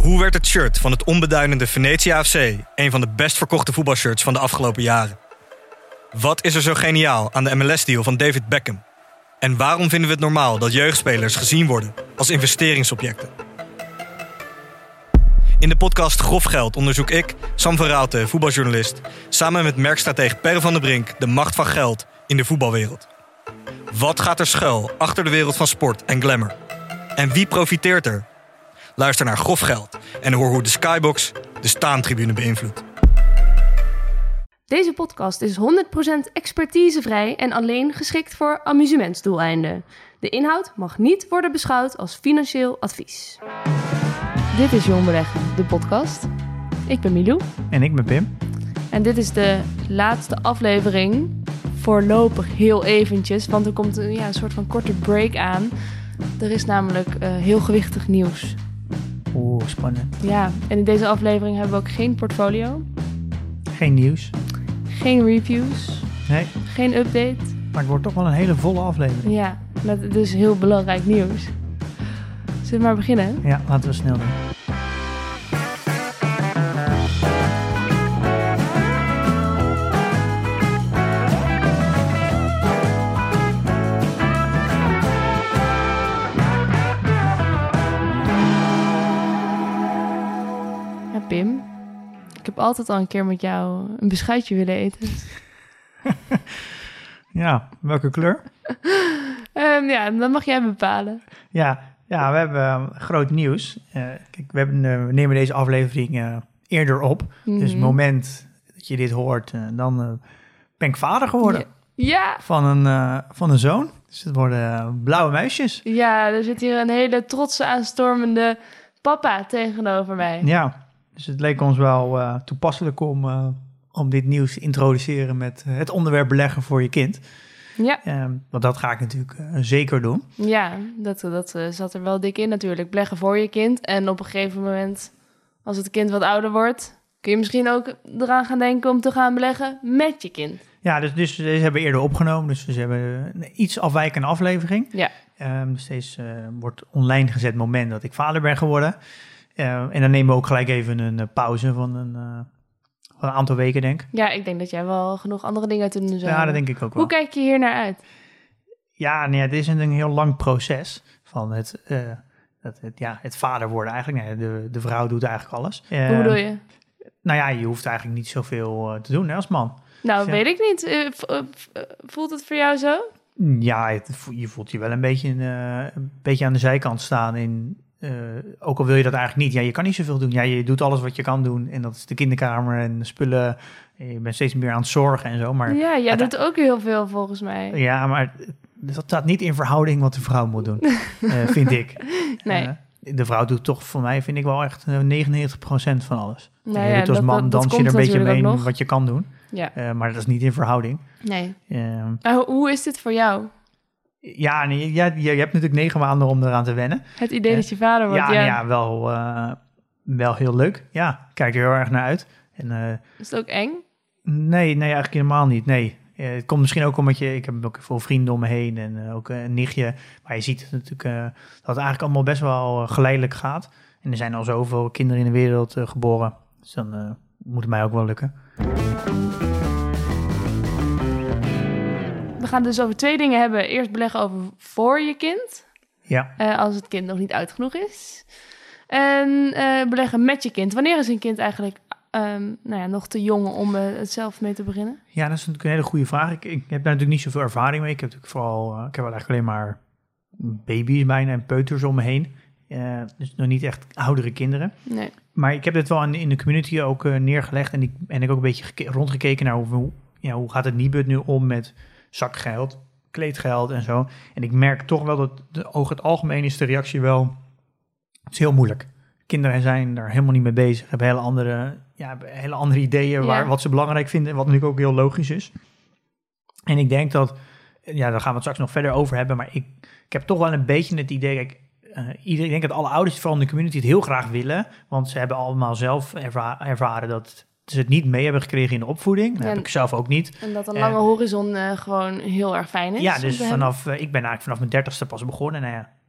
Hoe werd het shirt van het onbeduidende Venetia FC een van de best verkochte voetbalshirts van de afgelopen jaren? Wat is er zo geniaal aan de MLS-deal van David Beckham? En waarom vinden we het normaal dat jeugdspelers gezien worden als investeringsobjecten? In de podcast Grof Geld onderzoek ik, Sam van Raalte, voetbaljournalist, samen met merkstratege Per van der Brink de macht van geld in de voetbalwereld. Wat gaat er schuil achter de wereld van sport en glamour? En wie profiteert er? Luister naar Grof Geld en hoor hoe de Skybox de staantribune beïnvloedt. Deze podcast is 100% expertisevrij en alleen geschikt voor amusementsdoeleinden. De inhoud mag niet worden beschouwd als financieel advies. Dit is Jong Beleggen, de podcast. Ik ben Milou. En ik ben Pim. En dit is de laatste aflevering. Voorlopig heel eventjes, want er komt een soort van korte break aan. Er is namelijk heel gewichtig nieuws. Oeh, spannend. Ja, en in deze aflevering hebben we ook geen portfolio. Geen nieuws. Geen reviews. Nee. Geen update. Maar het wordt toch wel een hele volle aflevering. Ja, met dus heel belangrijk nieuws. Zullen we maar beginnen? Ja, laten we snel doen. Ja, Pim. Ik heb altijd al een keer met jou een beschuitje willen eten. Ja, welke kleur? Ja, dat mag jij bepalen. Ja, we hebben groot nieuws. Kijk, we nemen deze aflevering eerder op. Mm-hmm. Dus het moment dat je dit hoort, dan ben ik vader geworden. Ja! Van een zoon. Dus het worden blauwe muisjes. Ja, er zit hier een hele trotse, aanstormende papa tegenover mij. Ja, dus het leek ons wel toepasselijk om dit nieuws te introduceren met het onderwerp beleggen voor je kind. Ja. Want dat ga ik natuurlijk zeker doen. Ja, dat zat er wel dik in natuurlijk. Beleggen voor je kind. En op een gegeven moment, als het kind wat ouder wordt, kun je misschien ook eraan gaan denken om te gaan beleggen met je kind. Ja, dus deze hebben we eerder opgenomen. Dus we hebben een iets afwijkende aflevering. Ja. Dus deze wordt online gezet het moment dat ik vader ben geworden. En dan nemen we ook gelijk even een pauze van een aantal weken, denk ik. Ja, ik denk dat jij wel genoeg andere dingen te doen zou Ja, hebben. dat denk ik ook wel. Hoe kijk je hier naar uit? Ja, nee, het is een heel lang proces van het vader worden eigenlijk. Nee, de vrouw doet eigenlijk alles. Hoe bedoel je? Nou ja, je hoeft eigenlijk niet zoveel te doen als man. Nou, Ja. weet ik niet. Voelt het voor jou zo? Ja, je voelt je wel een beetje aan de zijkant staan. Ook al wil je dat eigenlijk niet. Ja, je kan niet zoveel doen. Ja, je doet alles wat je kan doen. En dat is de kinderkamer en spullen. Je bent steeds meer aan het zorgen en zo. Maar Ja, jij doet ook heel veel volgens mij. ja, maar dat staat niet in verhouding wat de vrouw moet doen, vind ik. Nee. De vrouw doet toch voor mij, vind ik wel echt 99% van alles. Nou Je ja, doet als man, dat dans je komt er een beetje natuurlijk mee ook nog. wat je kan doen. Ja, Maar dat is niet in verhouding. nee. Uh, Maar hoe is dit voor jou? Ja, nee, je hebt natuurlijk 9 maanden om eraan te wennen. Het idee dat je vader wordt, Wel heel leuk. Ja, ik kijk er heel erg naar uit. En, Is het ook eng? Nee, eigenlijk helemaal niet. Nee. Het komt misschien ook omdat ik heb ook veel vrienden om me heen en ook een nichtje. Maar je ziet het natuurlijk dat het eigenlijk allemaal best wel geleidelijk gaat. En er zijn al zoveel kinderen in de wereld geboren. Dus dan moet het mij ook wel lukken. We gaan dus over 2 dingen hebben. Eerst beleggen over voor je kind. Ja. Als het kind nog niet oud genoeg is. En beleggen met je kind. Wanneer is een kind eigenlijk nog te jong om het zelf mee te beginnen? Ja, dat is natuurlijk een hele goede vraag. Ik heb daar natuurlijk niet zoveel ervaring mee. Ik heb natuurlijk ik heb eigenlijk alleen maar baby's bijna en peuters om me heen. Dus nog niet echt oudere kinderen. Nee. Maar ik heb dit wel in de community ook neergelegd. En ik ook een beetje rondgekeken naar hoe gaat het Nibud nu om met zakgeld, kleedgeld en zo. En ik merk toch wel dat over het algemeen is de reactie wel, het is heel moeilijk. Kinderen zijn daar helemaal niet mee bezig. Hebben hele andere ideeën wat ze belangrijk vinden. Wat natuurlijk ook heel logisch is. En ik denk dat, daar gaan we het straks nog verder over hebben. Maar ik heb toch wel een beetje het idee, ik denk dat alle ouders van de community het heel graag willen. Want ze hebben allemaal zelf ervaren dat ze het niet mee hebben gekregen in de opvoeding. Dat heb ik zelf ook niet. En dat een lange horizon gewoon heel erg fijn is. Ja, dus ik ben eigenlijk vanaf mijn 30ste pas begonnen. Nou ja,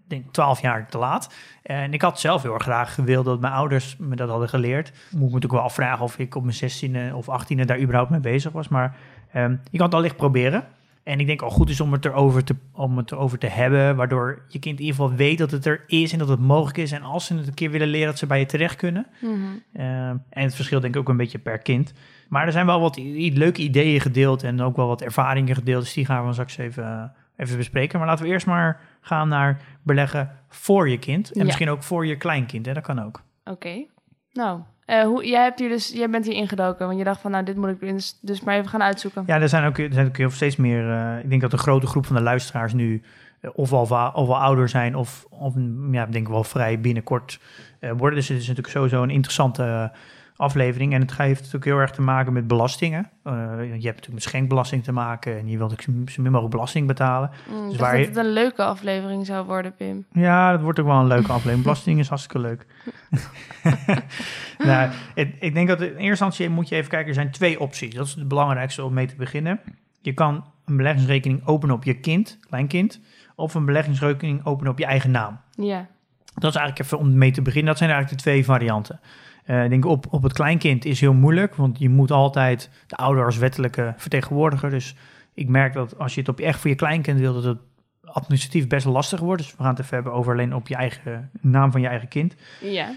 denk 12 jaar te laat. En ik had zelf heel erg graag gewild dat mijn ouders me dat hadden geleerd. Moet ik me natuurlijk wel afvragen of ik op mijn 16e of 18e daar überhaupt mee bezig was. Maar je kan het allicht proberen. En ik denk al goed is om het erover te hebben, waardoor je kind in ieder geval weet dat het er is en dat het mogelijk is. En als ze het een keer willen leren, dat ze bij je terecht kunnen. Mhm. En het verschilt denk ik ook een beetje per kind. Maar er zijn wel wat leuke ideeën gedeeld en ook wel wat ervaringen gedeeld. Dus die gaan we straks even bespreken. Maar laten we eerst maar gaan naar beleggen voor je kind. En misschien ook voor je kleinkind. Hè? Dat kan ook. Oké. Nou, jij bent hier ingedoken, want je dacht van, nou, dit moet ik dus maar even gaan uitzoeken. Ja, er zijn ook heel steeds meer. Ik denk dat een grote groep van de luisteraars nu of al ouder zijn of ik denk wel vrij binnenkort worden. Dus het is natuurlijk sowieso een interessante aflevering. En het heeft natuurlijk heel erg te maken met belastingen. Je hebt natuurlijk met schenkbelasting te maken en je wilt ook zo min mogelijk belasting betalen. Dus dat het een leuke aflevering zou worden, Pim. Ja, dat wordt ook wel een leuke aflevering. Belasting is hartstikke leuk. Nou, ik denk dat in eerste instantie moet je even kijken. Er zijn 2 opties. Dat is het belangrijkste om mee te beginnen. Je kan een beleggingsrekening openen op je kleinkind, of een beleggingsrekening openen op je eigen naam. Ja. Dat is eigenlijk even om mee te beginnen. Dat zijn eigenlijk de 2 varianten. Ik denk op het kleinkind is heel moeilijk, want je moet altijd de ouder als wettelijke vertegenwoordiger. Dus ik merk dat als je het echt voor je kleinkind wil, dat het administratief best lastig wordt. Dus we gaan het even hebben over alleen op je eigen naam van je eigen kind. Ja.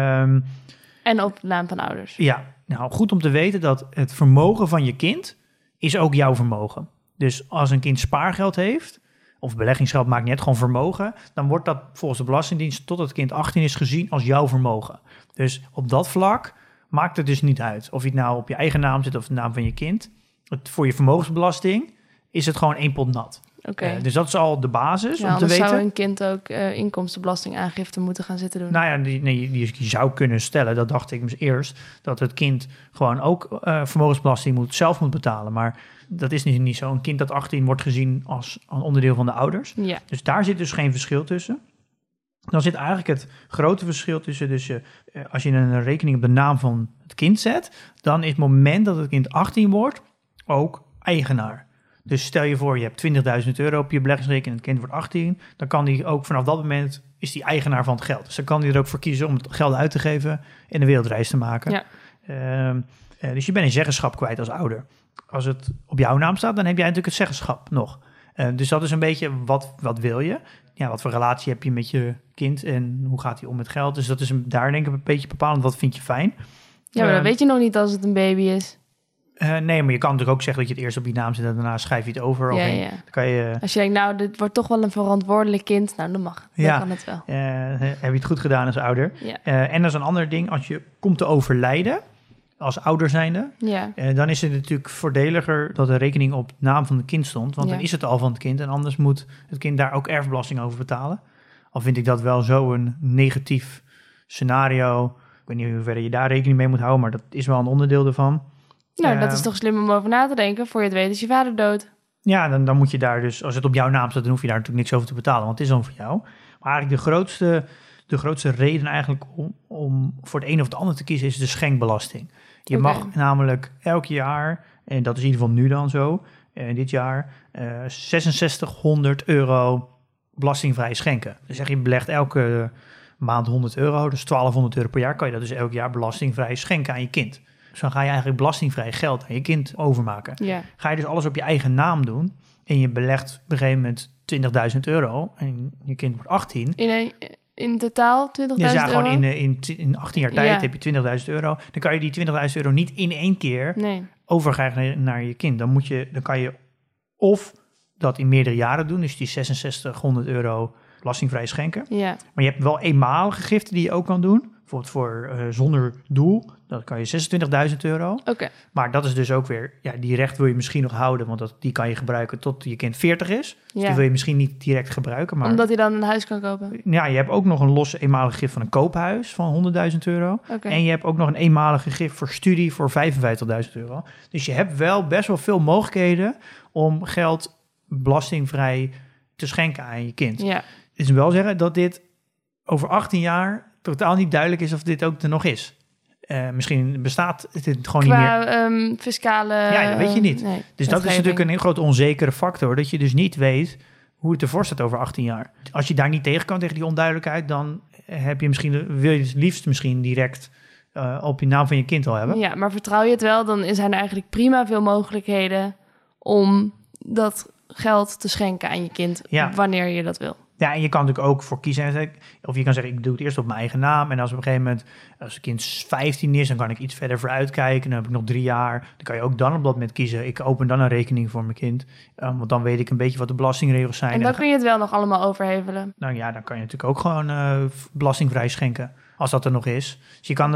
En op naam van ouders. Ja, nou goed om te weten dat het vermogen van je kind is ook jouw vermogen. Dus als een kind spaargeld heeft, of beleggingsgeld, maakt niet uit, gewoon vermogen, dan wordt dat volgens de Belastingdienst tot het kind 18 is gezien als jouw vermogen. Dus op dat vlak maakt het dus niet uit of je het nou op je eigen naam zit of de naam van je kind. Voor je vermogensbelasting is het gewoon 1 pot nat. Okay. Dus dat is al de basis om te weten. weten. Zou een kind ook inkomstenbelastingaangifte moeten gaan zitten doen? Nou ja, je zou kunnen stellen, dat dacht ik eerst, dat het kind gewoon ook vermogensbelasting zelf moet betalen. Maar dat is niet zo. Een kind dat 18 wordt gezien als een onderdeel van de ouders. Ja. Dus daar zit dus geen verschil tussen. Dan zit eigenlijk het grote verschil tussen, dus als je een rekening op de naam van het kind zet, dan is het moment dat het kind 18 wordt ook eigenaar. Dus stel je voor, je hebt €20.000 op je beleggingsrekening en het kind wordt 18, dan kan die ook vanaf dat moment, is die eigenaar van het geld. Dus dan kan hij er ook voor kiezen om het geld uit te geven en een wereldreis te maken. Ja. Dus je bent een zeggenschap kwijt als ouder. Als het op jouw naam staat, dan heb jij natuurlijk het zeggenschap nog. Dus dat is een beetje, wat wil je? Ja, wat voor relatie heb je met je kind en hoe gaat hij om met geld? Dus dat is daar denk ik een beetje bepalend. Wat vind je fijn? Ja, maar dat weet je nog niet als het een baby is. Nee, maar je kan natuurlijk ook zeggen dat je het eerst op je naam zet en daarna schrijf je het over. Ja. Dan kan je, als je denkt, nou, dit wordt toch wel een verantwoordelijk kind, nou, dan mag. Dan kan het wel. Heb je het goed gedaan als ouder. Ja. En dat is een ander ding, als je komt te overlijden, als ouder zijnde, dan is het natuurlijk voordeliger dat de rekening op naam van het kind stond, want dan is het al van het kind en anders moet het kind daar ook erfbelasting over betalen. Al vind ik dat wel zo'n negatief scenario. Ik weet niet hoe ver je daar rekening mee moet houden, maar dat is wel een onderdeel ervan. Nou, dat is toch slim om over na te denken. Voor je het weet is je vader dood. Ja, dan moet je daar dus, als het op jouw naam staat, dan hoef je daar natuurlijk niks over te betalen, want het is dan voor jou. Maar eigenlijk de grootste reden eigenlijk om voor het een of het ander te kiezen is de schenkbelasting. Je mag namelijk elk jaar, en dat is in ieder geval nu dan zo, dit jaar, €6600 belastingvrij schenken. Dus zeg je belegt elke maand €100, dus €1200 per jaar, kan je dat dus elk jaar belastingvrij schenken aan je kind. Dus dan ga je eigenlijk belastingvrij geld aan je kind overmaken. Ja. Ga je dus alles op je eigen naam doen en je belegt op een gegeven moment €20.000 en je kind wordt 18... In totaal €20.000? Ja, gewoon in 18 jaar tijd heb je €20.000. Dan kan je die €20.000 niet in één keer overgeven naar je kind. Dan kan je of dat in meerdere jaren doen, dus die €6600 belastingvrij schenken. Ja. Maar je hebt wel eenmalige giften die je ook kan doen. Bijvoorbeeld voor zonder doel, dat kan je €26.000. Okay. Maar dat is dus ook weer, die recht wil je misschien nog houden, want die kan je gebruiken tot je kind 40 is. Dus die wil je misschien niet direct gebruiken. Maar, omdat hij dan een huis kan kopen? Ja, je hebt ook nog een losse eenmalige gift van een koophuis van €100.000. Okay. En je hebt ook nog een eenmalige gift voor studie voor €55.000. Dus je hebt wel best wel veel mogelijkheden om geld belastingvrij te schenken aan je kind. Ja. Het is wel zeggen dat dit over 18 jaar totaal niet duidelijk is of dit ook er nog is. Misschien bestaat het gewoon niet meer. Qua fiscale... Ja, dat weet je niet. Nee, dus dat is natuurlijk een heel groot onzekere factor. Dat je dus niet weet hoe het ervoor staat over 18 jaar. Als je daar niet tegen kan, tegen die onduidelijkheid, dan heb je wil je het liefst misschien direct op je naam van je kind al hebben. Ja, maar vertrouw je het wel, dan zijn er eigenlijk prima veel mogelijkheden om dat geld te schenken aan je kind, wanneer je dat wil. Ja, en je kan natuurlijk ook voor kiezen. Of je kan zeggen, ik doe het eerst op mijn eigen naam. En als op een gegeven moment, als het kind 15 is, dan kan ik iets verder vooruitkijken. Dan heb ik nog 3 jaar. Dan kan je ook dan op dat moment kiezen. Ik open dan een rekening voor mijn kind. Want dan weet ik een beetje wat de belastingregels zijn. En dan kun je het wel nog allemaal overhevelen. Nou ja, dan kan je natuurlijk ook gewoon belastingvrij schenken. Als dat er nog is. Dus je kan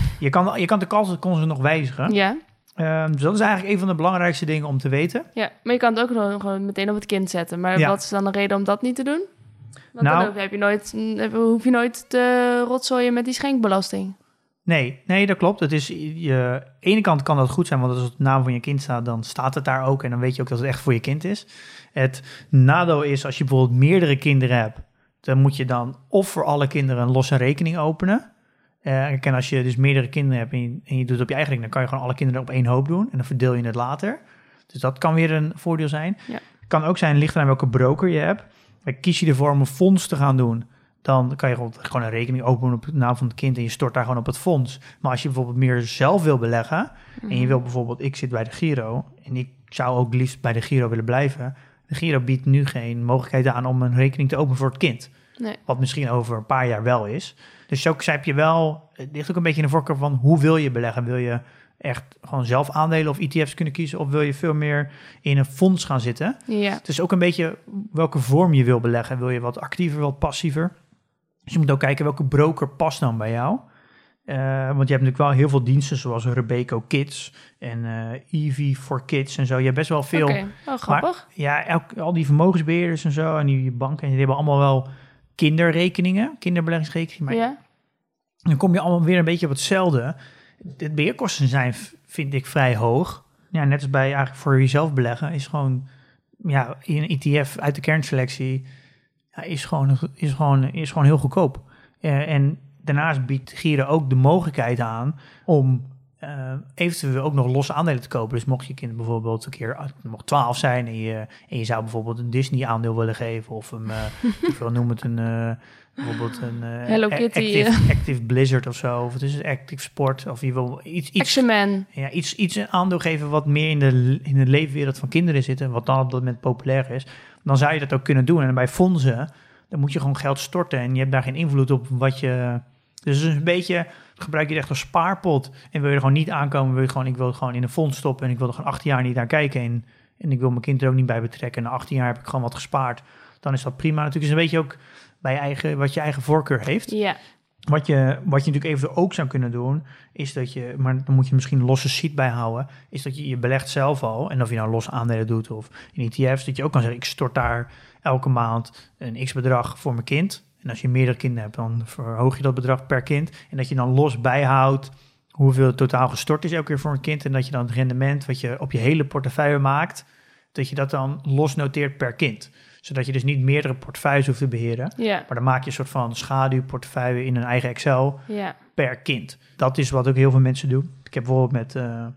de kansen nog wijzigen. Ja. Dus dat is eigenlijk een van de belangrijkste dingen om te weten. Ja, maar je kan het ook gewoon meteen op het kind zetten. Maar wat is dan de reden om dat niet te doen? Want dan hoef je nooit te rotzooien met die schenkbelasting. Nee, dat klopt. Het is, aan de ene kant kan dat goed zijn, want als het op de naam van je kind staat, dan staat het daar ook. En dan weet je ook dat het echt voor je kind is. Het nadeel is, als je bijvoorbeeld meerdere kinderen hebt, dan moet je dan of voor alle kinderen een losse rekening openen. En als je dus meerdere kinderen hebt en je doet het op je eigen rekening, dan kan je gewoon alle kinderen op één hoop doen. En dan verdeel je het later. Dus dat kan weer een voordeel zijn. Ja. Het kan ook zijn, ligt eraan welke broker je hebt. Kies je ervoor om een fonds te gaan doen, dan kan je gewoon een rekening openen op de naam van het kind en je stort daar gewoon op het fonds. Maar als je bijvoorbeeld meer zelf wil beleggen en je wil bijvoorbeeld, ik zit bij de Giro en ik zou ook liefst bij de Giro willen blijven. De Giro biedt nu geen mogelijkheid aan om een rekening te openen voor het kind. Nee. Wat misschien over een paar jaar wel is. Dus zo heb je wel, het ligt ook een beetje in de voorkeur van hoe wil je beleggen? Wil je echt gewoon zelf aandelen of ETF's kunnen kiezen, of wil je veel meer in een fonds gaan zitten? Ja. Het is ook een beetje welke vorm je wil beleggen. Wil je wat actiever, wat passiever? Dus je moet ook kijken welke broker past dan bij jou. Want je hebt natuurlijk wel heel veel diensten zoals Robeco Kids en Eevee for Kids en zo. Je hebt best wel veel. Oké, grappig. Maar, al die vermogensbeheerders en zo en die banken, die hebben allemaal wel kinderbeleggingsrekeningen. Maar dan kom je allemaal weer een beetje op hetzelfde. De beheerkosten zijn, vind ik, vrij hoog. Ja, net als bij eigenlijk voor jezelf beleggen is gewoon, een ETF uit de kernselectie is gewoon heel goedkoop. En daarnaast biedt Giro ook de mogelijkheid aan om eventueel ook nog losse aandelen te kopen. Dus mocht je kind bijvoorbeeld een keer mocht 12 zijn en je zou bijvoorbeeld een Disney aandeel willen geven of ik wil noemen het bijvoorbeeld een Hello Kitty, Active Blizzard of zo, of het is een Active Sport, of je wil iets een aandeel geven wat meer in de leefwereld van kinderen zit en wat dan op dat moment populair is, dan zou je dat ook kunnen doen. En bij fondsen, dan moet je gewoon geld storten en je hebt daar geen invloed op wat je. Dus het is een beetje, gebruik je het echt als spaarpot en wil je er gewoon niet aankomen, ik wil het gewoon in een fonds stoppen en ik wil er gewoon 18 jaar niet naar kijken en ik wil mijn kind er ook niet bij betrekken. En na 18 jaar heb ik gewoon wat gespaard. Dan is dat prima. Natuurlijk is een beetje ook bij wat je eigen voorkeur heeft. Ja. Wat je natuurlijk even ook zou kunnen doen, is dat je, maar dan moet je misschien een losse sheet bijhouden, is dat je belegt zelf al, en of je nou losse aandelen doet of in ETF's, dat je ook kan zeggen, ik stort daar elke maand een x-bedrag voor mijn kind. En als je meerdere kinderen hebt, dan verhoog je dat bedrag per kind. En dat je dan los bijhoudt hoeveel het totaal gestort is elke keer voor een kind. En dat je dan het rendement wat je op je hele portefeuille maakt, dat je dat dan los noteert per kind. Zodat je dus niet meerdere portefeuilles hoeft te beheren. Ja. Maar dan maak je een soort van schaduwportefeuille in een eigen Excel per kind. Dat is wat ook heel veel mensen doen. Ik heb bijvoorbeeld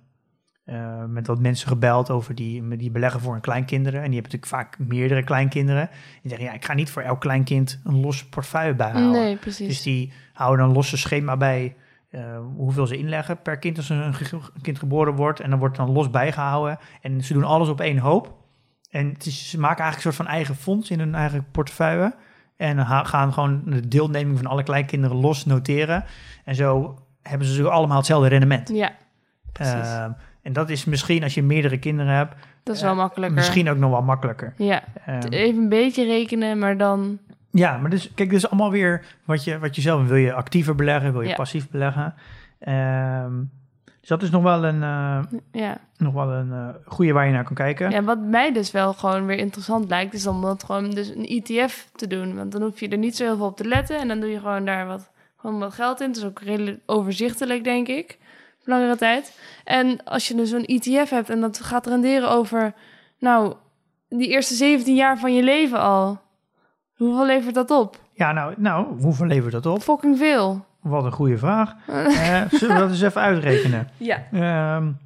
met wat mensen gebeld over die beleggen voor hun kleinkinderen. En die hebben natuurlijk vaak meerdere kleinkinderen. Die zeggen, ik ga niet voor elk kleinkind een losse portefeuille bijhouden. Nee, precies. Dus die houden een losse schema bij hoeveel ze inleggen per kind als een kind geboren wordt. En dan wordt dan los bijgehouden. En ze doen alles op één hoop. En ze maken eigenlijk een soort van eigen fonds in hun eigen portefeuille. En gaan gewoon de deelneming van alle kleinkinderen los noteren. En zo hebben ze allemaal hetzelfde rendement. Ja, precies. En dat is misschien, als je meerdere kinderen hebt, dat is wel makkelijker. Misschien ook nog wel makkelijker. Ja, even een beetje rekenen, maar dan. Ja, maar dus, kijk, dit is allemaal weer wat je zelf wil. Je actiever beleggen, wil je passief beleggen. Dus dat is nog wel een goede waar je naar kan kijken. Ja, wat mij dus wel gewoon weer interessant lijkt, is om dat gewoon dus een ETF te doen. Want dan hoef je er niet zo heel veel op te letten. En dan doe je gewoon daar wat geld in. Het is ook redelijk overzichtelijk, denk ik. Langere tijd. En als je dus zo'n ETF hebt en dat gaat renderen over, die eerste 17 jaar van je leven al. Hoeveel levert dat op? Ja, hoeveel levert dat op? Fucking veel. Wat een goede vraag. Zullen we dat eens even uitrekenen? Ja.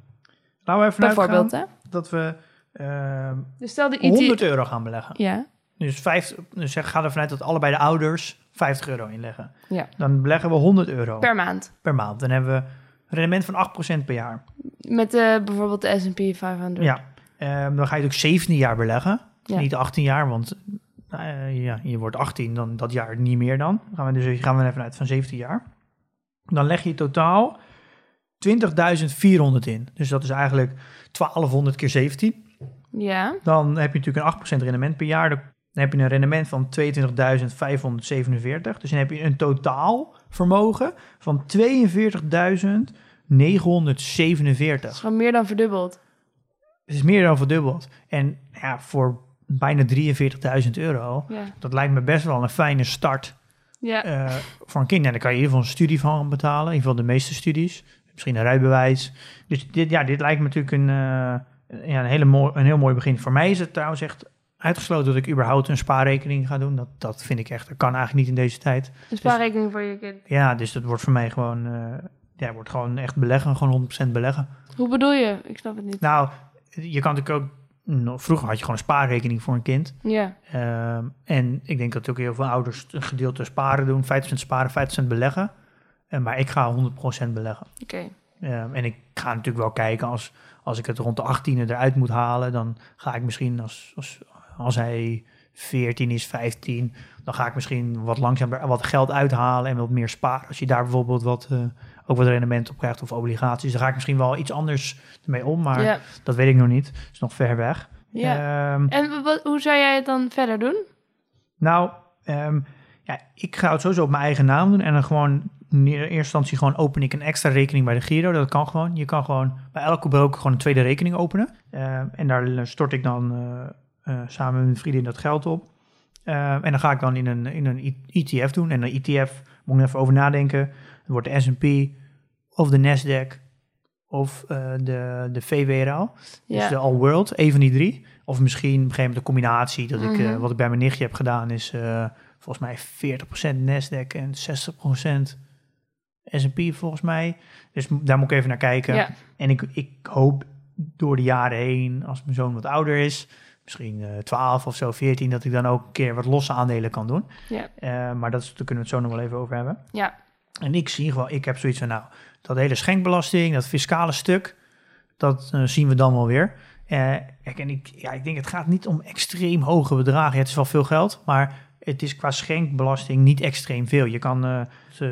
Laten we even bijvoorbeeld, uitgaan dat we dus stel de €100 gaan beleggen. Ja. Dus ga ervan uit dat allebei de ouders €50 inleggen. Ja. Dan beleggen we €100 Per maand. per maand. Dan hebben we een rendement van 8% per jaar. Met bijvoorbeeld de S&P 500. Ja. Dan ga je natuurlijk 17 jaar beleggen. Ja. Niet 18 jaar, want je wordt 18, dan dat jaar niet meer dan. Gaan we even uit van 17 jaar. Dan leg je totaal 20.400 in. Dus dat is eigenlijk 1200 keer 17. Ja. Dan heb je natuurlijk een 8% rendement per jaar. Dan heb je een rendement van 22.547. Dus dan heb je een totaal vermogen van 42.947. Dat is gewoon meer dan verdubbeld. Het is meer dan verdubbeld. En ja, voor bijna €43.000, Ja. dat lijkt me best wel een fijne start Ja. voor een kind. En daar kan je in ieder geval een studie van betalen. In ieder geval de meeste studies. Misschien een rijbewijs. Dus dit lijkt me natuurlijk een heel mooi begin. Voor mij is het trouwens echt uitgesloten dat ik überhaupt een spaarrekening ga doen. Dat vind ik echt, dat kan eigenlijk niet in deze tijd. Een spaarrekening voor je kind. Ja, dus dat wordt voor mij gewoon, wordt gewoon echt beleggen. Gewoon 100% beleggen. Hoe bedoel je? Ik snap het niet. Nou, je kan natuurlijk ook, vroeger had je gewoon een spaarrekening voor een kind. Ja. En ik denk dat ook heel veel ouders een gedeelte sparen doen. 50% sparen, 50% beleggen. Maar ik ga 100% beleggen. Oké. En ik ga natuurlijk wel kijken als ik het rond de 18e eruit moet halen, dan ga ik misschien als hij 14 is, 15, dan ga ik misschien wat langzamer wat geld uithalen en wat meer sparen. Als je daar bijvoorbeeld ook wat rendement op krijgt of obligaties, dan ga ik misschien wel iets anders ermee om, maar dat weet ik nog niet. Dat is nog ver weg. Ja. En hoe zou jij het dan verder doen? Nou, ik ga het sowieso op mijn eigen naam doen en dan gewoon in eerste instantie gewoon open ik een extra rekening bij de Giro. Dat kan gewoon. Je kan gewoon bij elke broker gewoon een tweede rekening openen. En daar stort ik dan samen met mijn vriendin dat geld op. En dan ga ik dan in een ETF doen. En een ETF, moet ik even over nadenken. Het wordt de S&P of de Nasdaq of de VWRL. Ja. Dus de All World, een van die drie. Of misschien op een gegeven moment een combinatie. Dat wat ik bij mijn nichtje heb gedaan is volgens mij 40% Nasdaq en 60% S&P volgens mij. Dus daar moet ik even naar kijken. Ja. En ik hoop door de jaren heen, als mijn zoon wat ouder is, misschien 12 of zo, 14, dat ik dan ook een keer wat losse aandelen kan doen. Ja. Maar daar kunnen we het zo nog wel even over hebben. Ja. En ik heb zoiets van, dat hele schenkbelasting, dat fiscale stuk, dat zien we dan wel weer. Ik denk, het gaat niet om extreem hoge bedragen. Ja, het is wel veel geld, maar het is qua schenkbelasting niet extreem veel. Je kan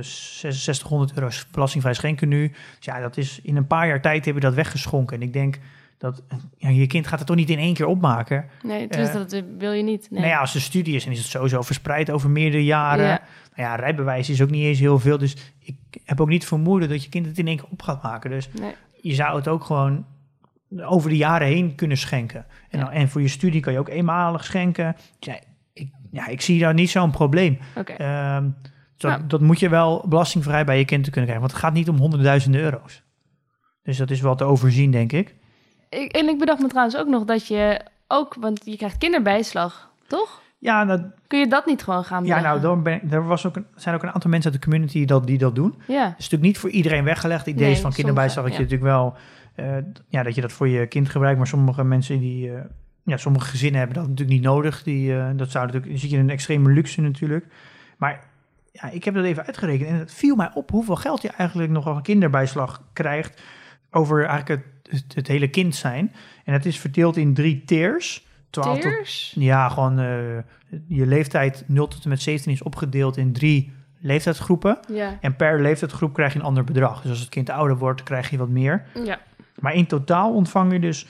€6600 belastingvrij schenken nu. Dus ja, dat is in een paar jaar tijd heb je dat weggeschonken. En ik denk dat je kind gaat het toch niet in één keer opmaken. Nee, dus dat wil je niet. Nee. Nou ja, als het studie is, dan is het sowieso verspreid over meerdere jaren. Ja. Nou ja, rijbewijs is ook niet eens heel veel. Dus ik heb ook niet vermoeden dat je kind het in één keer op gaat maken. Dus je zou het ook gewoon over de jaren heen kunnen schenken. En voor je studie kan je ook eenmalig schenken. Ik zie daar niet zo'n probleem. Okay. Dat moet je wel belastingvrij bij je kind te kunnen krijgen. Want het gaat niet om honderdduizenden euro's. Dus dat is wel te overzien, denk ik. Ik bedacht me trouwens ook nog dat je ook, want je krijgt kinderbijslag, toch? Ja, kun je dat niet gewoon gaan beleggen? Ja, zijn ook een aantal mensen uit de community die dat doen. Ja. Het is natuurlijk niet voor iedereen weggelegd. Het idee is van kinderbijslag dat je natuurlijk wel, dat je dat voor je kind gebruikt. Maar sommige mensen sommige gezinnen hebben dat natuurlijk niet nodig. Dan zit je in een extreme luxe natuurlijk. Maar ja, ik heb dat even uitgerekend en het viel mij op hoeveel geld je eigenlijk nog een kinderbijslag krijgt over eigenlijk het hele kind zijn. En het is verdeeld in 3 tiers. Gewoon je leeftijd 0 tot en met 17 is opgedeeld in 3 leeftijdsgroepen. Ja. En per leeftijdsgroep krijg je een ander bedrag. Dus als het kind ouder wordt, krijg je wat meer. Ja. Maar in totaal ontvang je dus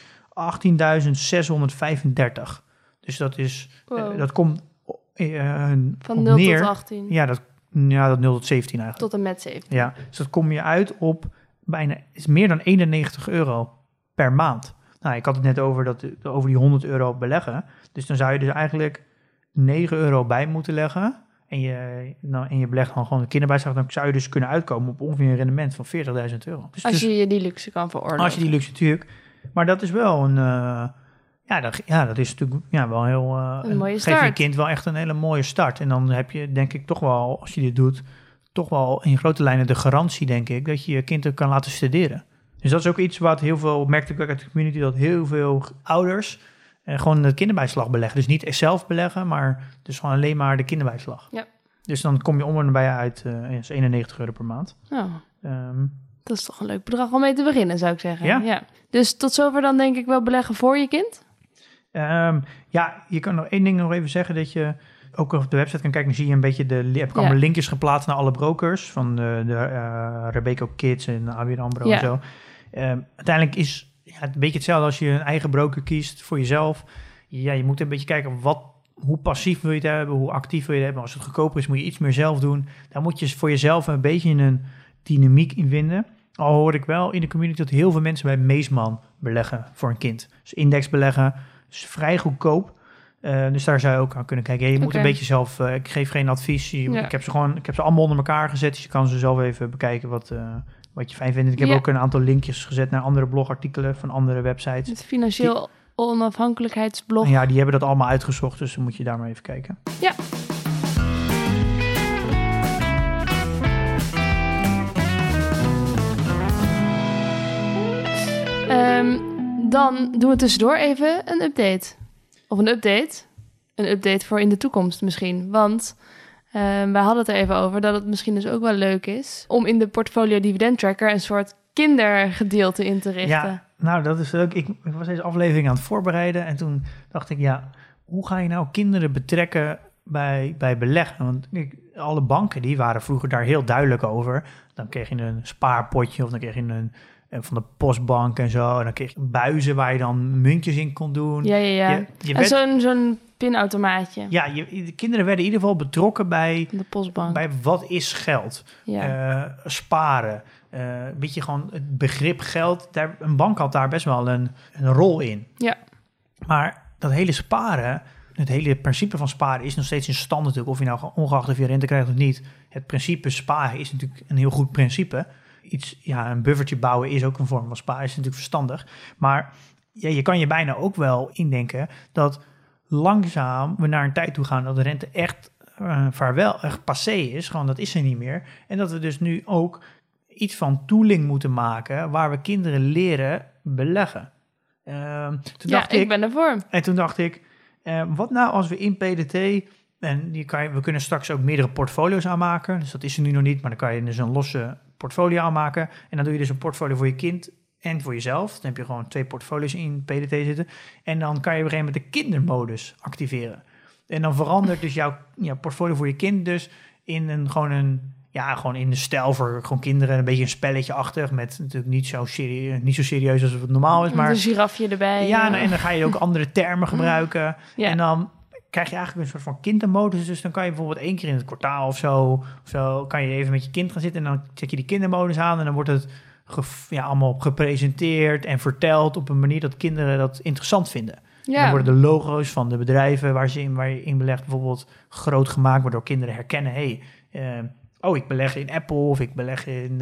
18.635. Dus dat is dat komt van 0 neer, tot 18. Ja, dat 0 tot 17 eigenlijk. Tot en met 17. Ja, dus dat kom je uit op is meer dan €91 per maand. Nou, ik had het net over die €100 beleggen. Dus dan zou je dus eigenlijk €9 bij moeten leggen. En je belegt dan gewoon de kinderbijslag. Dan zou je dus kunnen uitkomen op ongeveer een rendement van €40.000. Dus als je die luxe kan veroorloven. Als je die luxe natuurlijk. Maar dat is wel een... dat is natuurlijk wel heel... een mooie start. Geef je kind wel echt een hele mooie start. En dan heb je, denk ik, toch wel, als je dit doet, toch wel in grote lijnen de garantie, denk ik, dat je je kind kan laten studeren. Dus dat is ook iets wat heel veel, merkte ik ook uit de community, dat heel veel ouders Gewoon de kinderbijslag beleggen. Dus niet zelf beleggen, maar dus gewoon alleen maar de kinderbijslag. Ja. Dus dan kom je om en bij uit is €91 per maand. Oh, Ehm, dat is toch een leuk bedrag om mee te beginnen, zou ik zeggen. Ja. Dus tot zover dan denk ik wel beleggen voor je kind? je kan nog één ding nog even zeggen, dat je ook op de website kan kijken. Dan zie je een beetje heb ik allemaal linkjes geplaatst naar alle brokers van de Robeco Kids en ABN AMRO en zo. Uiteindelijk is het een beetje hetzelfde als je een eigen broker kiest voor jezelf. Ja, je moet een beetje kijken hoe passief wil je het hebben, hoe actief wil je het hebben. Als het goedkoper is, moet je iets meer zelf doen. Daar moet je voor jezelf een beetje een dynamiek in vinden. Al hoor ik wel in de community dat heel veel mensen bij Meesman beleggen voor een kind. Dus index beleggen, is vrij goedkoop. Dus daar zou je ook aan kunnen kijken. Je moet een beetje zelf, ik geef geen advies. Ik heb ze allemaal onder elkaar gezet, dus je kan ze zelf even bekijken wat je fijn vindt. Ik heb ook een aantal linkjes gezet naar andere blogartikelen van andere websites. Het financieel onafhankelijkheidsblog. Ja, die hebben dat allemaal uitgezocht, dus dan moet je daar maar even kijken. Ja. Dan doen we tussendoor even een update. Of een update voor in de toekomst misschien. Want wij hadden het er even over dat het misschien dus ook wel leuk is om in de portfolio dividend tracker een soort kindergedeelte in te richten. Ja, nou dat is leuk. Ik was deze aflevering aan het voorbereiden en toen dacht ik, hoe ga je nou kinderen betrekken bij beleggen? Want alle banken die waren vroeger daar heel duidelijk over. Dan kreeg je een spaarpotje of dan kreeg je een van de postbank en zo. En dan kreeg je buizen waar je dan muntjes in kon doen. Ja. Zo'n pinautomaatje. Ja, de kinderen werden in ieder geval betrokken bij de postbank. Bij wat is geld? Ja. Sparen. Een beetje gewoon het begrip geld. Een bank had daar best wel een rol in. Ja. Maar dat hele sparen, het hele principe van sparen is nog steeds in stand natuurlijk. Of je nou ongeacht of je rente krijgt of niet. Het principe sparen is natuurlijk een heel goed principe. Een buffertje bouwen is ook een vorm van sparen, is natuurlijk verstandig. Maar je kan je bijna ook wel indenken dat langzaam we naar een tijd toe gaan dat de rente echt echt passé is. Gewoon, dat is er niet meer. En dat we dus nu ook iets van tooling moeten maken waar we kinderen leren beleggen. Ik ben ervoor. En toen dacht ik, wat nou als we in PDT... En we kunnen straks ook meerdere portfolio's aanmaken. Dus dat is er nu nog niet, maar dan kan je dus een losse portfolio aanmaken. En dan doe je dus een portfolio voor je kind en voor jezelf. Dan heb je gewoon 2 portfolio's in PDT zitten. En dan kan je op een gegeven moment de kindermodus activeren. En dan verandert dus jouw portfolio voor je kind dus in gewoon in de stijl voor gewoon kinderen. Een beetje een spelletje-achtig met natuurlijk niet zo serieus als het normaal is. Maar een girafje erbij. Ja, en dan ga je ook andere termen gebruiken. Ja. En dan krijg je eigenlijk een soort van kindermodus. Dus dan kan je bijvoorbeeld 1 keer in het kwartaal of zo kan je even met je kind gaan zitten en dan zet je die kindermodus aan en dan wordt het allemaal gepresenteerd en verteld op een manier dat kinderen dat interessant vinden. Ja. En dan worden de logo's van de bedrijven waar je in belegt bijvoorbeeld groot gemaakt, waardoor kinderen herkennen, ik beleg in Apple of ik beleg in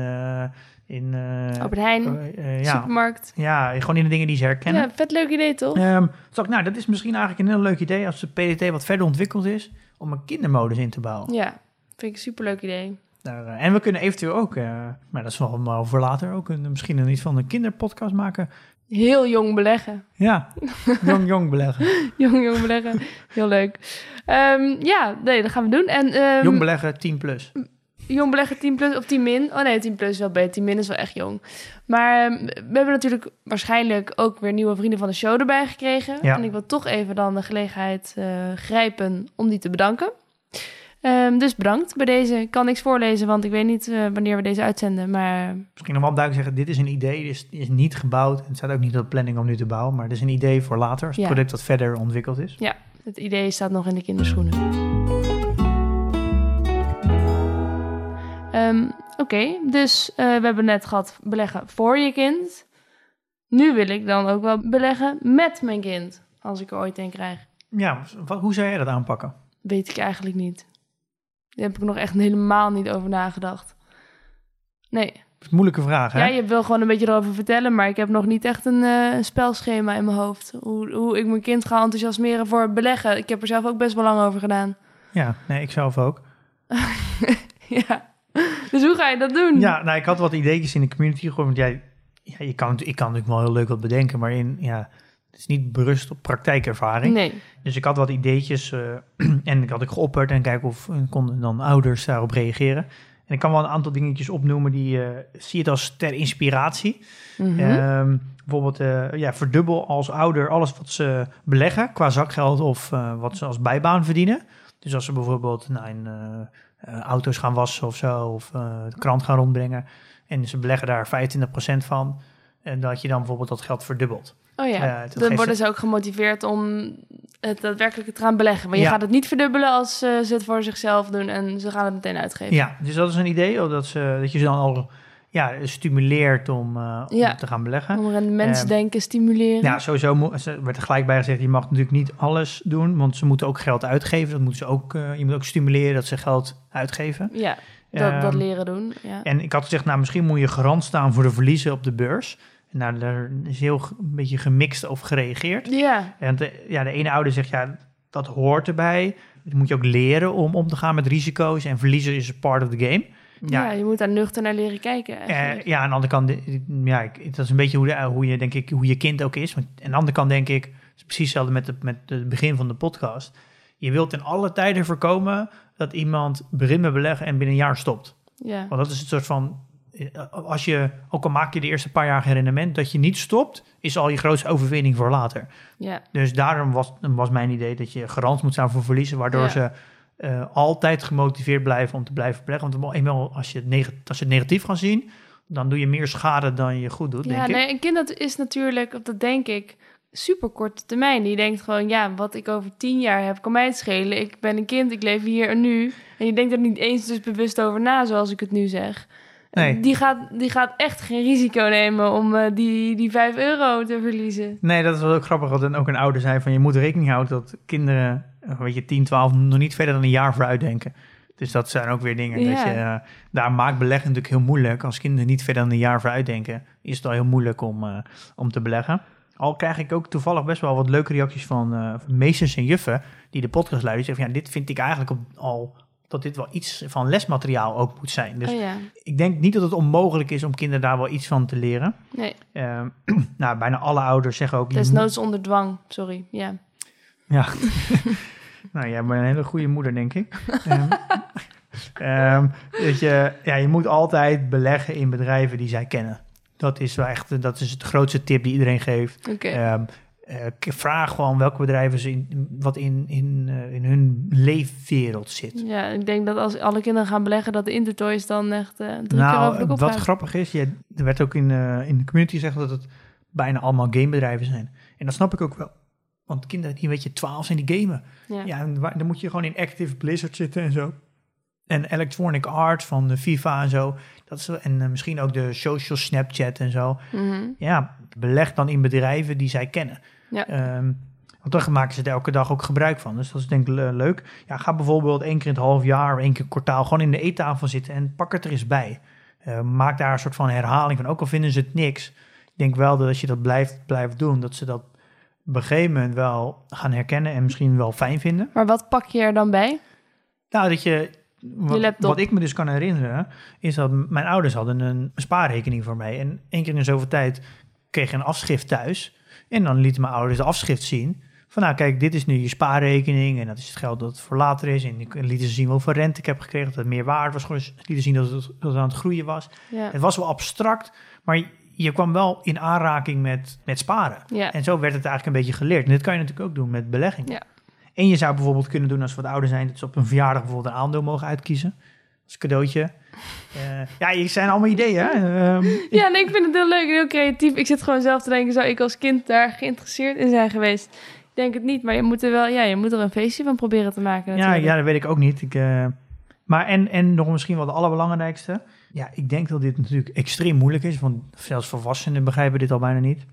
Albert Heijn, supermarkt. Ja, gewoon in de dingen die ze herkennen. Ja, vet leuk idee, toch? Dat is misschien eigenlijk een heel leuk idee als de PDT wat verder ontwikkeld is, om een kindermodus in te bouwen. Ja, vind ik een superleuk idee. En we kunnen eventueel ook, maar dat is wel voor later, ook misschien iets van een kinderpodcast maken. Heel jong beleggen. Ja, jong beleggen. jong beleggen, heel leuk. Dat gaan we doen. En, jong beleggen 10+. Jong beleggen 10+ of 10-. Oh nee, 10+ is wel beter. 10- is wel echt jong. Maar we hebben natuurlijk waarschijnlijk ook weer nieuwe vrienden van de show erbij gekregen. Ja. En ik wil toch even dan de gelegenheid grijpen om die te bedanken. Dus bedankt bij deze. Ik kan niks voorlezen, want ik weet niet wanneer we deze uitzenden. Maar misschien nog wel duidelijk zeggen, dit is een idee, is niet gebouwd. Het staat ook niet op de planning om nu te bouwen, maar het is een idee voor later, als het product wat verder ontwikkeld is. Ja, het idee staat nog in de kinderschoenen. Oké, dus we hebben net gehad beleggen voor je kind. Nu wil ik dan ook wel beleggen met mijn kind, als ik er ooit een krijg. Ja, hoe zou jij dat aanpakken? Weet ik eigenlijk niet. Daar heb ik nog echt helemaal niet over nagedacht. Nee. Dat is een moeilijke vraag, hè? Ja, je wil gewoon een beetje erover vertellen, maar ik heb nog niet echt een spelschema in mijn hoofd. Hoe ik mijn kind ga enthousiasmeren voor beleggen. Ik heb er zelf ook best wel lang over gedaan. Ja, nee, ik zelf ook. Ja. Dus hoe ga je dat doen? Ja, ik had wat ideetjes in de community gegooid. Want ik kan natuurlijk wel heel leuk wat bedenken, maar Het is niet berust op praktijkervaring. Nee. Dus ik had wat ideetjes en ik had geopperd en kijken of konden dan ouders daarop reageren. En ik kan wel een aantal dingetjes opnoemen die zie het als ter inspiratie. Bijvoorbeeld verdubbel als ouder alles wat ze beleggen qua zakgeld of wat ze als bijbaan verdienen. Dus als ze bijvoorbeeld auto's gaan wassen of zo, of de krant gaan rondbrengen en ze beleggen daar 25% van, en dat je dan bijvoorbeeld dat geld verdubbelt. Oh ja, dan worden ze ook gemotiveerd om het daadwerkelijk te gaan beleggen. Maar je gaat het niet verdubbelen als ze het voor zichzelf doen en ze gaan het meteen uitgeven. Ja, dus dat is een idee, dat je ze dan al stimuleert om te gaan beleggen. Om rendementsdenken stimuleren. Ja, sowieso werd er gelijk bij gezegd, je mag natuurlijk niet alles doen, want ze moeten ook geld uitgeven. Dat moeten ze ook, je moet ook stimuleren dat ze geld uitgeven. Ja, dat leren doen. Ja. En ik had gezegd, misschien moet je garant staan voor de verliezen op de beurs. Nou, daar is een beetje gemixt over gereageerd. Ja. En de ene ouder zegt, dat hoort erbij. Dat moet je ook leren om te gaan met risico's. En verliezen is part of the game. Ja, je moet daar nuchter naar leren kijken. Aan de andere kant, dat is een beetje hoe je kind ook is. Want aan de andere kant denk ik, het is precies hetzelfde met het begin van de podcast. Je wilt in alle tijden voorkomen dat iemand begint met beleggen en binnen een jaar stopt. Ja. Want dat is het soort van, ook al maak je de eerste paar jaar geen rendement, dat je niet stopt, is al je grootste overwinning voor later. Ja. Dus daarom was mijn idee dat je garant moet staan voor verliezen, waardoor ze altijd gemotiveerd blijven om te blijven beleggen. Want eenmaal als je het negatief gaat zien, dan doe je meer schade dan je goed doet, denk ik. Een kind dat is natuurlijk, dat denk ik, super korte termijn. Die denkt gewoon, wat ik over 10 jaar heb, kan mij het schelen. Ik ben een kind, ik leef hier en nu. En je denkt er niet eens dus bewust over na, zoals ik het nu zeg. Nee. Die gaat echt geen risico nemen om die €5 te verliezen. Nee, dat is wel ook grappig. Want ook een ouder zei van, je moet rekening houden dat kinderen, 10, 12, nog niet verder dan een jaar vooruit denken. Dus dat zijn ook weer dingen. Ja. Dat daar maakt beleggen natuurlijk heel moeilijk. Als kinderen niet verder dan een jaar vooruit denken, is het al heel moeilijk om te beleggen. Al krijg ik ook toevallig best wel wat leuke reacties van meesters en juffen die de podcast luisteren. Die zeggen, dit vind ik eigenlijk al dat dit wel iets van lesmateriaal ook moet zijn. Dus ik denk niet dat het onmogelijk is om kinderen daar wel iets van te leren. Nee. Bijna alle ouders zeggen ook... Desnoods onder dwang, sorry. Ja. Ja. Nou, jij bent een hele goede moeder, denk ik. Je moet altijd beleggen in bedrijven die zij kennen. Dat is wel echt, dat is de grootste tip die iedereen geeft. Okay. Vraag gewoon welke bedrijven ze in hun leefwereld zit. Ja, ik denk dat als alle kinderen gaan beleggen, dat de Intertoys dan echt 3 keer over de kop wat gaat. grappig is, er werd ook in de community gezegd dat het bijna allemaal gamebedrijven zijn. En dat snap ik ook wel. Want kinderen die 12 zijn, die gamen. Ja, en dan moet je gewoon in Active Blizzard zitten en zo. En Electronic Arts van de FIFA en zo. En misschien ook de social Snapchat en zo. Mm-hmm. Ja, beleg dan in bedrijven die zij kennen. Ja. Want dan maken ze er elke dag ook gebruik van. Dus dat is denk ik leuk. Ja, ga bijvoorbeeld 1 keer in het half jaar, 1 keer kwartaal gewoon in de eettafel zitten en pak het er eens bij. Maak daar een soort van herhaling van. Ook al vinden ze het niks. Ik denk wel dat als je dat blijft doen, dat ze dat op een gegeven moment wel gaan herkennen en misschien wel fijn vinden. Maar wat pak je er dan bij? Nou, dat je... Wat ik me dus kan herinneren, is dat mijn ouders hadden een spaarrekening voor mij. En 1 keer in zoveel tijd kreeg je een afschrift thuis. En dan lieten mijn ouders de afschrift zien. Van nou kijk, dit is nu je spaarrekening. En dat is het geld dat voor later is. En lieten ze zien hoeveel rente ik heb gekregen. Dat het meer waard was. Gewoon lieten zien dat het aan het groeien was. Ja. Het was wel abstract, maar je kwam wel in aanraking met sparen. Ja. En zo werd het eigenlijk een beetje geleerd. En dit kan je natuurlijk ook doen met belegging. Ja. En je zou bijvoorbeeld kunnen doen als ze wat ouder zijn, dat ze op een verjaardag bijvoorbeeld een aandeel mogen uitkiezen. Als cadeautje. Het zijn allemaal ideeën. Hè? Ik vind het heel leuk en heel creatief. Ik zit gewoon zelf te denken, zou ik als kind daar geïnteresseerd in zijn geweest? Ik denk het niet, maar je moet er een feestje van proberen te maken. Ja, dat weet ik ook niet. Maar nog misschien wel de allerbelangrijkste. Ja, ik denk dat dit natuurlijk extreem moeilijk is, want zelfs volwassenen begrijpen dit al bijna niet.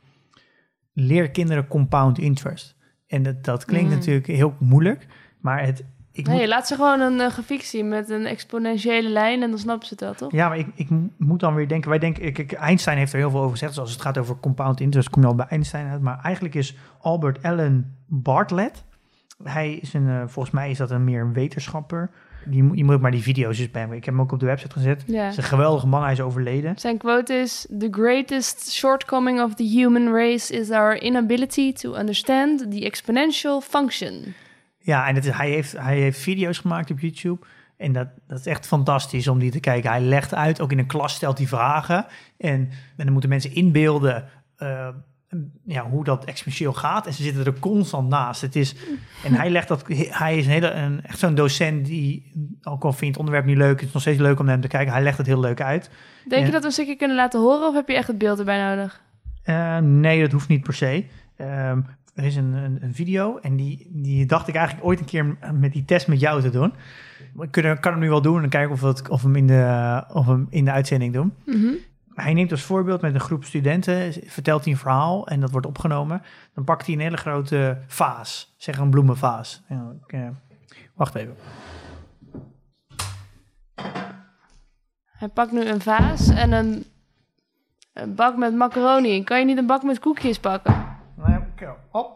Leer kinderen compound interest. En dat klinkt natuurlijk heel moeilijk, maar laat ze gewoon een grafiek zien met een exponentiële lijn en dan snappen ze het wel, toch? Ja, maar ik moet dan weer denken, Einstein heeft er heel veel over gezegd, dus als het gaat over compound interest, kom je al bij Einstein uit, maar eigenlijk is Albert Allen Bartlett, hij is volgens mij is dat meer een wetenschapper, Je moet ook maar die video's eens spammen. Ik heb hem ook op de website gezet. Ja. Het is een geweldige man, hij is overleden. Zijn quote is: "The greatest shortcoming of the human race is our inability to understand the exponential function." Ja, en hij heeft video's gemaakt op YouTube. En dat is echt fantastisch om die te kijken. Hij legt uit, ook in een klas stelt hij vragen. En dan moeten mensen inbeelden hoe dat exponentieel gaat. En ze zitten er constant naast. En hij legt dat. Hij is echt zo'n docent die, ook al vindt het onderwerp niet leuk, het is nog steeds leuk om naar hem te kijken. Hij legt het heel leuk uit. Denk je dat we een stukje kunnen laten horen of heb je echt het beeld erbij nodig? Nee, dat hoeft niet per se. Er is een video en die dacht ik eigenlijk ooit een keer met die test met jou te doen. Ik kan hem nu wel doen en kijken of we hem in de uitzending doen. Mhm. Hij neemt als voorbeeld met een groep studenten, vertelt hij een verhaal en dat wordt opgenomen. Dan pakt hij een hele grote vaas, zeg een bloemenvaas. Wacht even. Hij pakt nu een vaas en een bak met macaroni. Kan je niet een bak met koekjes pakken? Op.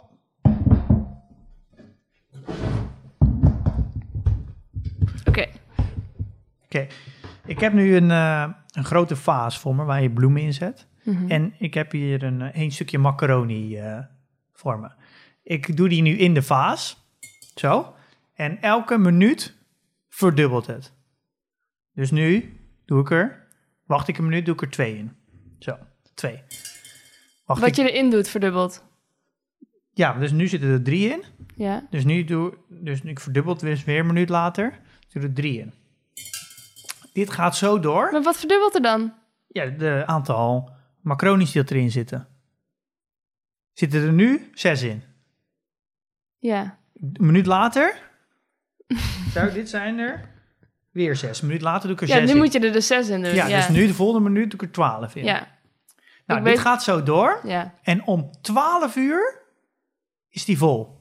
Oké. Ik heb nu een grote vaas voor me waar je bloemen in zet. Mhm. En ik heb hier een stukje macaroni voor me. Ik doe die nu in de vaas. Zo. En elke minuut verdubbelt het. Dus nu wacht ik een minuut, doe ik er 2 in. Zo, 2. Wat je erin doet, verdubbeld. Ja, dus nu zitten er 3 in. Ja. Dus ik verdubbel het weer een minuut later. Doe er 3 in. Dit gaat zo door. Maar wat verdubbelt er dan? Ja, de aantal macaronis die erin zitten. Zitten er nu 6 in. Ja. Een minuut later. Dit zijn er weer 6. Een minuut later doe ik er 6 in. Ja, nu moet je er dus 6 in doen. Ja, dus nu de volgende minuut doe ik er 12 in. Ja. Nou, dit gaat zo door. Ja. En om 12 uur is die vol.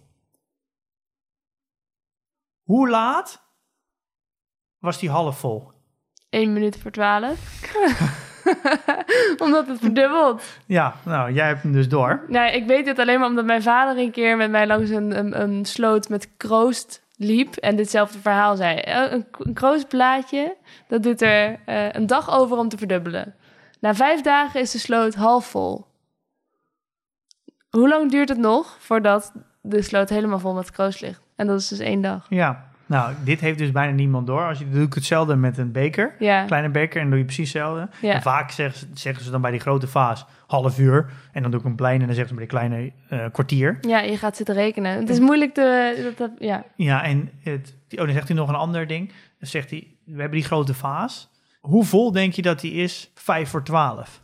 Hoe laat was die half vol? 1 minuut voor 12. Omdat het verdubbelt. Ja, nou, jij hebt hem dus door. Nou, ik weet dit alleen maar omdat mijn vader een keer met mij langs een sloot met kroost liep en ditzelfde verhaal zei. Een kroostblaadje, dat doet er een dag over om te verdubbelen. Na 5 dagen is de sloot half vol. Hoe lang duurt het nog voordat de sloot helemaal vol met kroost ligt? En dat is dus 1 dag. Ja, nou, dit heeft dus bijna niemand door. Doe ik hetzelfde met een beker, Ja. kleine beker, en doe je precies hetzelfde. Ja. En vaak zeggen ze dan bij die grote vaas half uur. En dan doe ik een kleine en dan zeggen ze bij die kleine kwartier. Ja, je gaat zitten rekenen. Het is moeilijk ja. Ja, en dan zegt hij nog een ander ding. Dan zegt hij, we hebben die grote vaas. Hoe vol denk je dat die is 5 voor 12?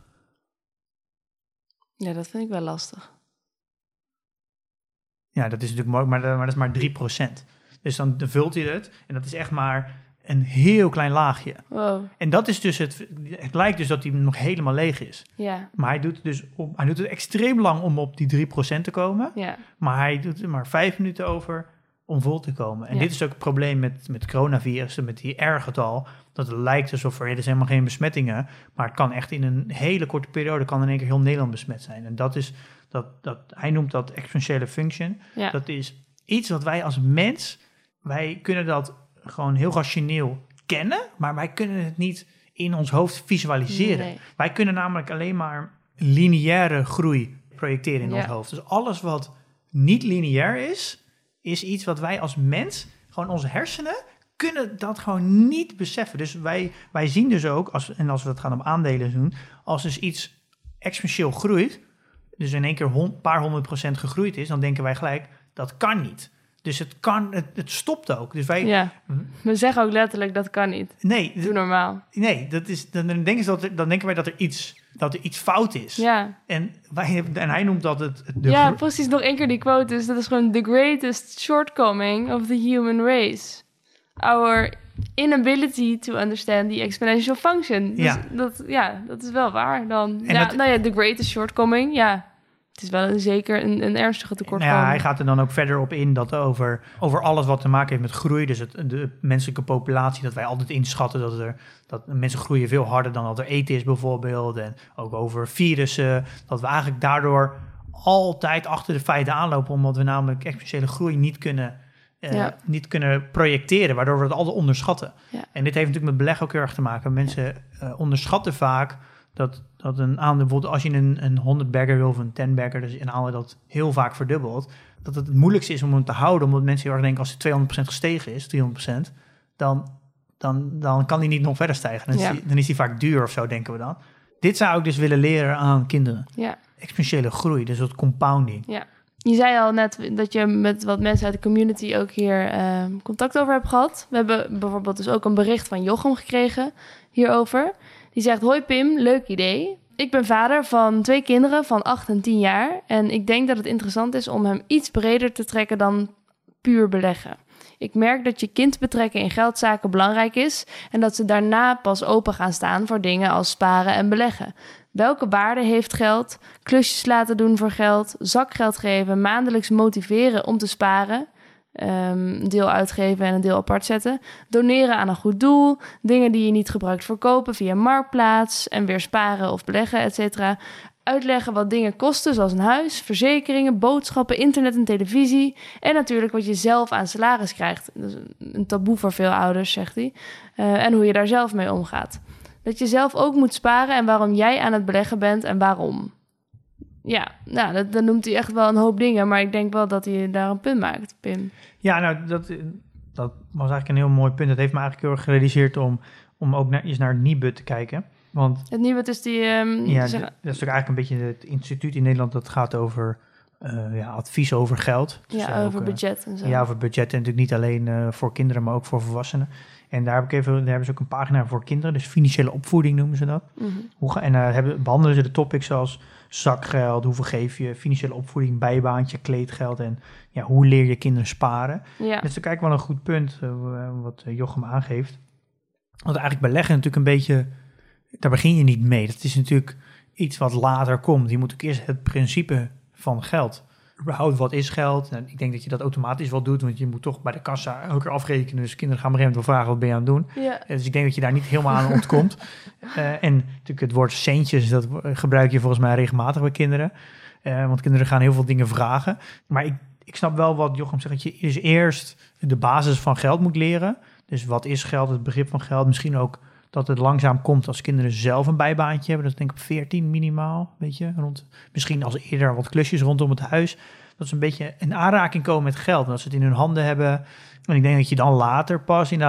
Ja, dat vind ik wel lastig. Ja, dat is natuurlijk mooi, maar dat is maar 3%. Dus dan vult hij het en dat is echt maar een heel klein laagje. Wow. En dat is dus het lijkt dus dat hij nog helemaal leeg is. Ja. Maar hij doet het extreem lang om op die 3% te komen. Ja. Maar hij doet er maar 5 minuten over om vol te komen. En Ja. dit is ook het probleem met coronavirussen, met die R-getal. Dat het lijkt alsof er is helemaal geen besmettingen. Maar het kan echt in een hele korte periode, kan in één keer heel Nederland besmet zijn. En dat is, hij noemt dat exponentiële function. Ja. Dat is iets wat wij als mens, wij kunnen dat gewoon heel rationeel kennen. Maar wij kunnen het niet in ons hoofd visualiseren. Nee. Wij kunnen namelijk alleen maar lineaire groei projecteren in ons hoofd. Dus alles wat niet lineair is iets wat wij als mens, gewoon onze hersenen, kunnen dat gewoon niet beseffen. Dus wij zien dus ook, als we dat gaan op aandelen doen, als dus iets exponentieel groeit, dus in één keer een paar 100% gegroeid is, dan denken wij gelijk, dat kan niet. Dus het stopt ook. Dus wij... We zeggen ook letterlijk, dat kan niet. Nee. Doe normaal. Nee, dan denken wij dat er iets fout is. Ja. En hij noemt dat het... Precies. Nog 1 keer die quote. Dus dat is gewoon the greatest shortcoming of the human race. Our inability to understand the exponential function. Dus dat is wel waar dan. The greatest shortcoming, het is wel zeker een ernstige tekortkoming. Ja, hij gaat er dan ook verder op in dat over alles wat te maken heeft met groei, dus de menselijke populatie, dat wij altijd inschatten dat mensen groeien veel harder dan dat er eten is bijvoorbeeld. En ook over virussen, dat we eigenlijk daardoor altijd achter de feiten aanlopen, omdat we namelijk exponentiële groei niet kunnen niet kunnen projecteren, waardoor we het altijd onderschatten. Ja. En dit heeft natuurlijk met beleg ook heel erg te maken. Mensen onderschatten vaak dat een aandeel, bijvoorbeeld als je een 100-bagger wil of een 10-bagger, dus een aandeel dat heel vaak verdubbelt, dat het moeilijkste is om hem te houden, omdat mensen heel erg denken als het 200% gestegen is, 300%, dan kan die niet nog verder stijgen. Dan is die vaak duur of zo, denken we dan. Dit zou ik dus willen leren aan kinderen. Ja. Exponentiële groei, dus dat compounding. Ja. Je zei al net dat je met wat mensen uit de community ook hier contact over hebt gehad. We hebben bijvoorbeeld dus ook een bericht van Jochem gekregen hierover. Die zegt, hoi Pim, leuk idee. Ik ben vader van 2 kinderen van 8 en 10 jaar. En ik denk dat het interessant is om hem iets breder te trekken dan puur beleggen. Ik merk dat je kind betrekken in geldzaken belangrijk is en dat ze daarna pas open gaan staan voor dingen als sparen en beleggen. Welke waarde heeft geld? Klusjes laten doen voor geld, zakgeld geven, maandelijks motiveren om te sparen, een deel uitgeven en een deel apart zetten, doneren aan een goed doel, dingen die je niet gebruikt verkopen via Marktplaats en weer sparen of beleggen, etc. Uitleggen wat dingen kosten, zoals een huis, verzekeringen, boodschappen, internet en televisie. En natuurlijk wat je zelf aan salaris krijgt. Dat is een taboe voor veel ouders, zegt hij. En hoe je daar zelf mee omgaat. Dat je zelf ook moet sparen en waarom jij aan het beleggen bent en waarom. Ja, nou, dat noemt hij echt wel een hoop dingen. Maar ik denk wel dat hij daar een punt maakt, Pim. Ja, nou, dat was eigenlijk een heel mooi punt. Dat heeft me eigenlijk heel erg gerealiseerd om ook eens naar het Nibud te kijken. Want het Nibud is die... dat is natuurlijk eigenlijk een beetje het instituut in Nederland dat gaat over advies over geld. Dus over budget en zo. Ja, over budget en natuurlijk niet alleen voor kinderen, maar ook voor volwassenen. En daar hebben ze ook een pagina voor kinderen, dus financiële opvoeding noemen ze dat. Mm-hmm. En behandelen ze de topics zoals zakgeld, hoeveel geef je, financiële opvoeding, bijbaantje, kleedgeld en hoe leer je kinderen sparen. Ja. Dus dat is eigenlijk wel een goed punt wat Jochem aangeeft. Want eigenlijk beleggen natuurlijk een beetje, daar begin je niet mee. Dat is natuurlijk iets wat later komt. Je moet ook eerst het principe van geld. Überhaupt, wat is geld? Nou, ik denk dat je dat automatisch wel doet, want je moet toch bij de kassa elke keer afrekenen. Dus kinderen gaan op een gegeven moment wel vragen, wat ben je aan het doen? Ja. Dus ik denk dat je daar niet helemaal aan ontkomt. En natuurlijk het woord centjes, dat gebruik je volgens mij regelmatig bij kinderen. Want kinderen gaan heel veel dingen vragen. Maar ik snap wel wat Jochem zegt, dat je dus eerst de basis van geld moet leren. Dus wat is geld, het begrip van geld. Misschien ook dat het langzaam komt als kinderen zelf een bijbaantje hebben. Dat is denk ik op 14 minimaal, weet je. Misschien als eerder wat klusjes rondom het huis. Dat ze een beetje in aanraking komen met geld. Dat ze het in hun handen hebben. En ik denk dat je dan later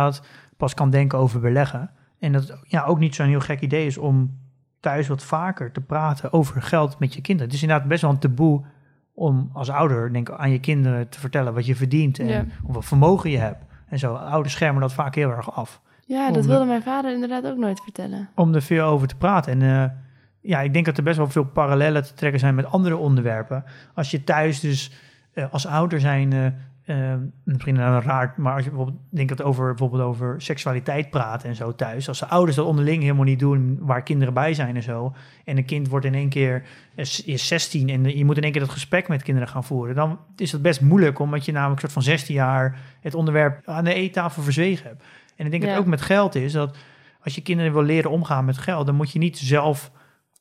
pas kan denken over beleggen. En dat ook niet zo'n heel gek idee is om thuis wat vaker te praten over geld met je kinderen. Het is inderdaad best wel een taboe om als ouder denk ik, aan je kinderen te vertellen wat je verdient. En wat vermogen je hebt. En zo, ouders schermen dat vaak heel erg af. Ja, dat wilde mijn vader inderdaad ook nooit vertellen. Om er veel over te praten. En ik denk dat er best wel veel parallellen te trekken zijn met andere onderwerpen. Als je thuis dus als ouder zijn, misschien raar, maar als je bijvoorbeeld over seksualiteit praten en zo thuis. Als de ouders dat onderling helemaal niet doen, waar kinderen bij zijn en zo. En een kind wordt in één keer, is 16 en je moet in één keer dat gesprek met kinderen gaan voeren. Dan is dat best moeilijk, omdat je namelijk soort van 16 jaar het onderwerp aan de eettafel verzwegen hebt. En ik denk dat het ook met geld is, dat als je kinderen wil leren omgaan met geld, dan moet je niet zelf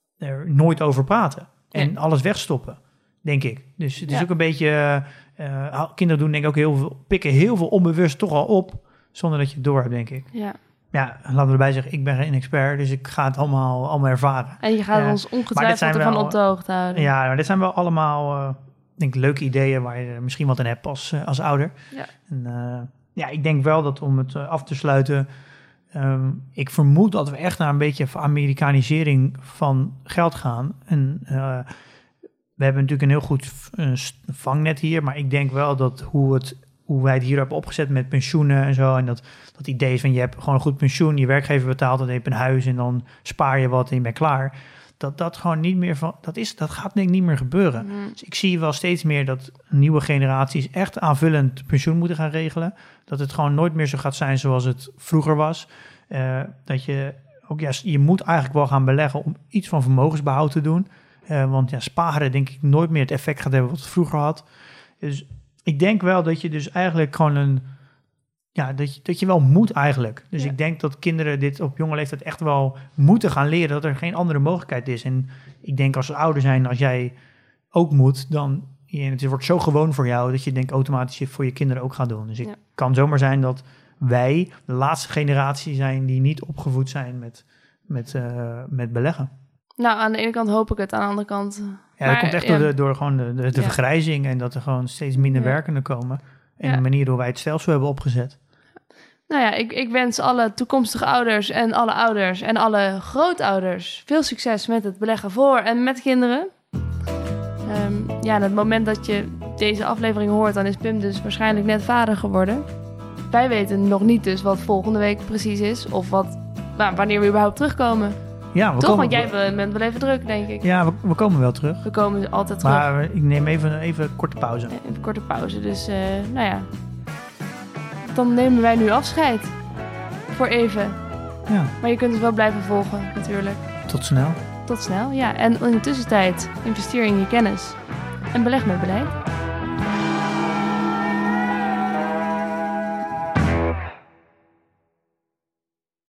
er nooit over praten en alles wegstoppen, denk ik. Dus het is ook een beetje, kinderen doen denk ik ook pikken heel veel onbewust toch al op, zonder dat je het door hebt, denk ik. Ja, laten we erbij zeggen, ik ben geen expert, dus ik ga het allemaal ervaren. En je gaat ons ongetwijfeld ervan op de hoogte houden. Ja, maar dit zijn wel allemaal, denk ik, leuke ideeën waar je misschien wat aan hebt als ouder. Ja. En, ik denk wel dat om het af te sluiten, ik vermoed dat we echt naar een beetje Amerikanisering van geld gaan. En we hebben natuurlijk een heel goed vangnet hier, maar ik denk wel dat hoe wij het hier hebben opgezet met pensioenen en zo, en dat idee is van je hebt gewoon een goed pensioen, je werkgever betaalt, dan heb je een huis en dan spaar je wat en je bent klaar. Dat gewoon niet meer dat gaat denk ik niet meer gebeuren. Dus ik zie wel steeds meer dat nieuwe generaties echt aanvullend pensioen moeten gaan regelen. Dat het gewoon nooit meer zo gaat zijn zoals het vroeger was. Dat je ook je moet eigenlijk wel gaan beleggen om iets van vermogensbehoud te doen. Want sparen denk ik nooit meer het effect gaat hebben wat het vroeger had. Dus ik denk wel dat je dus eigenlijk gewoon dat je wel moet eigenlijk. Dus ik denk dat kinderen dit op jonge leeftijd echt wel moeten gaan leren, dat er geen andere mogelijkheid is. En ik denk als ouder zijn, als jij ook moet, dan het wordt zo gewoon voor jou dat je denkt automatisch je voor je kinderen ook gaat doen. Dus het Ja. kan zomaar zijn dat wij de laatste generatie zijn die niet opgevoed zijn met beleggen. Nou, aan de ene kant hoop ik het, aan de andere kant... Ja, maar, dat komt echt door gewoon de Ja. vergrijzing en dat er gewoon steeds minder Ja. werkenden komen. En Ja. de manier hoe wij het stelsel hebben opgezet. Nou ja, ik wens alle toekomstige ouders en alle grootouders veel succes met het beleggen voor en met kinderen. En het moment dat je deze aflevering hoort, dan is Pim dus waarschijnlijk net vader geworden. Wij weten nog niet dus wat volgende week precies is of wanneer we überhaupt terugkomen. Ja, Toch? Want jij bent wel even druk, denk ik. Ja, we komen wel terug. We komen altijd terug. Maar ik neem even een korte pauze. Even een korte pauze. Dus, dan nemen wij nu afscheid. Voor even. Ja, Maar je kunt het wel blijven volgen, natuurlijk. tot snel. Tot snel, ja. En in de tussentijd investeer in je kennis. En beleg met beleid.